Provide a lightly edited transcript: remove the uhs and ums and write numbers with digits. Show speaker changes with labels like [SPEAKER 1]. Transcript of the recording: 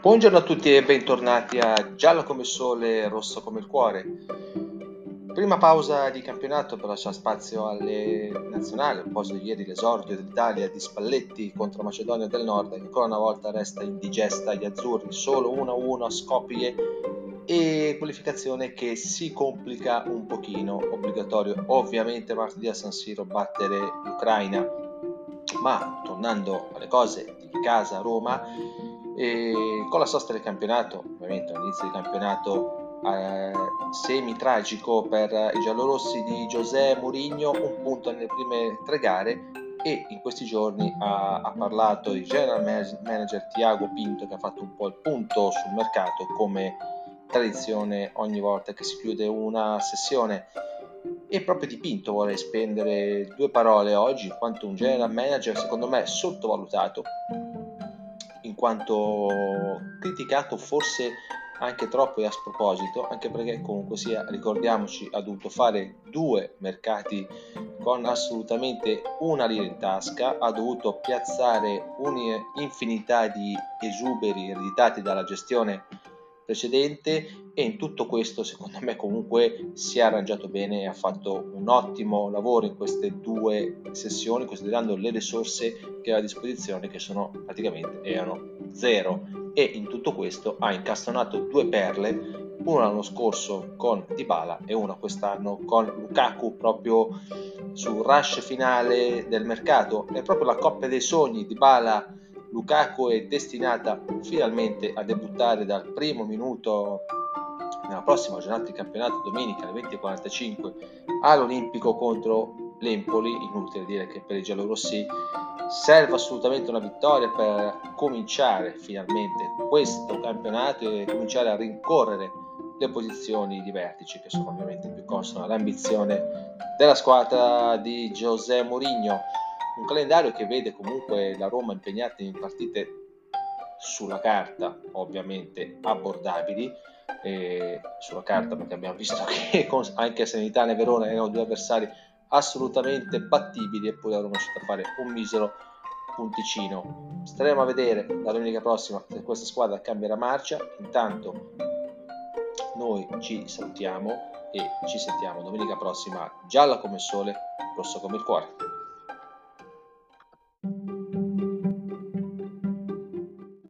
[SPEAKER 1] Buongiorno a tutti e bentornati a Giallo come il sole, rosso come il cuore. Prima pausa di campionato per lasciare spazio alle nazionali, a proposito di ieri l'esordio dell'Italia di Spalletti contro Macedonia del Nord, che ancora una volta resta indigesta agli azzurri, solo 1-1 a Skopje e qualificazione che si complica un pochino. Obbligatorio ovviamente martedì a San Siro battere l'Ucraina, ma tornando alle cose di casa Roma, con la sosta del campionato, ovviamente all'inizio del campionato semi-tragico per i giallorossi di José Mourinho, un punto nelle prime 3 gare, e in questi giorni ha parlato il general manager Thiago Pinto, che ha fatto un po' il punto sul mercato, come tradizione ogni volta che si chiude una sessione. E proprio di Pinto vorrei spendere 2 parole oggi, in quanto un general manager secondo me sottovalutato, in quanto criticato forse anche troppo e a sproposito, anche perché comunque sia, ricordiamoci, ha dovuto fare 2 mercati con assolutamente una lira in tasca, ha dovuto piazzare un'infinità di esuberi ereditati dalla gestione precedente, e in tutto questo secondo me comunque si è arrangiato bene e ha fatto un ottimo lavoro in queste 2 sessioni, considerando le risorse che aveva a disposizione, che erano 0, e in tutto questo ha incastonato 2 perle, una l'anno scorso con Dybala e una quest'anno con Lukaku, proprio sul rush finale del mercato. È proprio la coppia dei sogni. Dybala Lukaku è destinata finalmente a debuttare dal primo minuto nella prossima giornata di campionato, domenica alle 20:45 all'Olimpico contro l'Empoli. Inutile dire che per i giallorossi serve assolutamente una vittoria per cominciare finalmente questo campionato e cominciare a rincorrere le posizioni di vertice, che sono ovviamente più consone all'ambizione della squadra di José Mourinho. Un calendario che vede comunque la Roma impegnata in partite sulla carta ovviamente abbordabili, sulla carta, perché abbiamo visto che anche Sanitana e Verona erano 2 avversari assolutamente battibili, eppure la Roma è riuscita a fare un misero punticino. Staremo a vedere la domenica prossima se questa squadra cambierà marcia. Intanto noi ci salutiamo e ci sentiamo domenica prossima, gialla come il sole, rosso come il cuore.